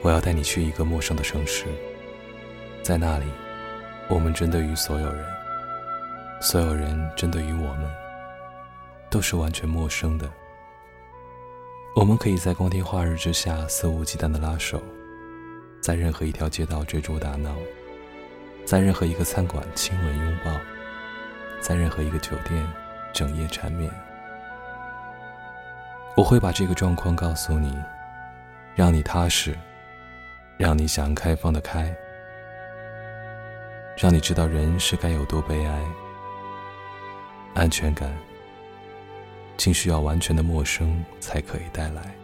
我要带你去一个陌生的城市，在那里，我们针对于所有人，所有人针对于我们，都是完全陌生的。我们可以在光天化日之下肆无忌惮地拉手，在任何一条街道追逐打闹，在任何一个餐馆亲吻拥抱，在任何一个酒店整夜缠绵。我会把这个状况告诉你，让你踏实，让你想开放的开，让你知道人是该有多悲哀。安全感竟需要完全的陌生才可以带来。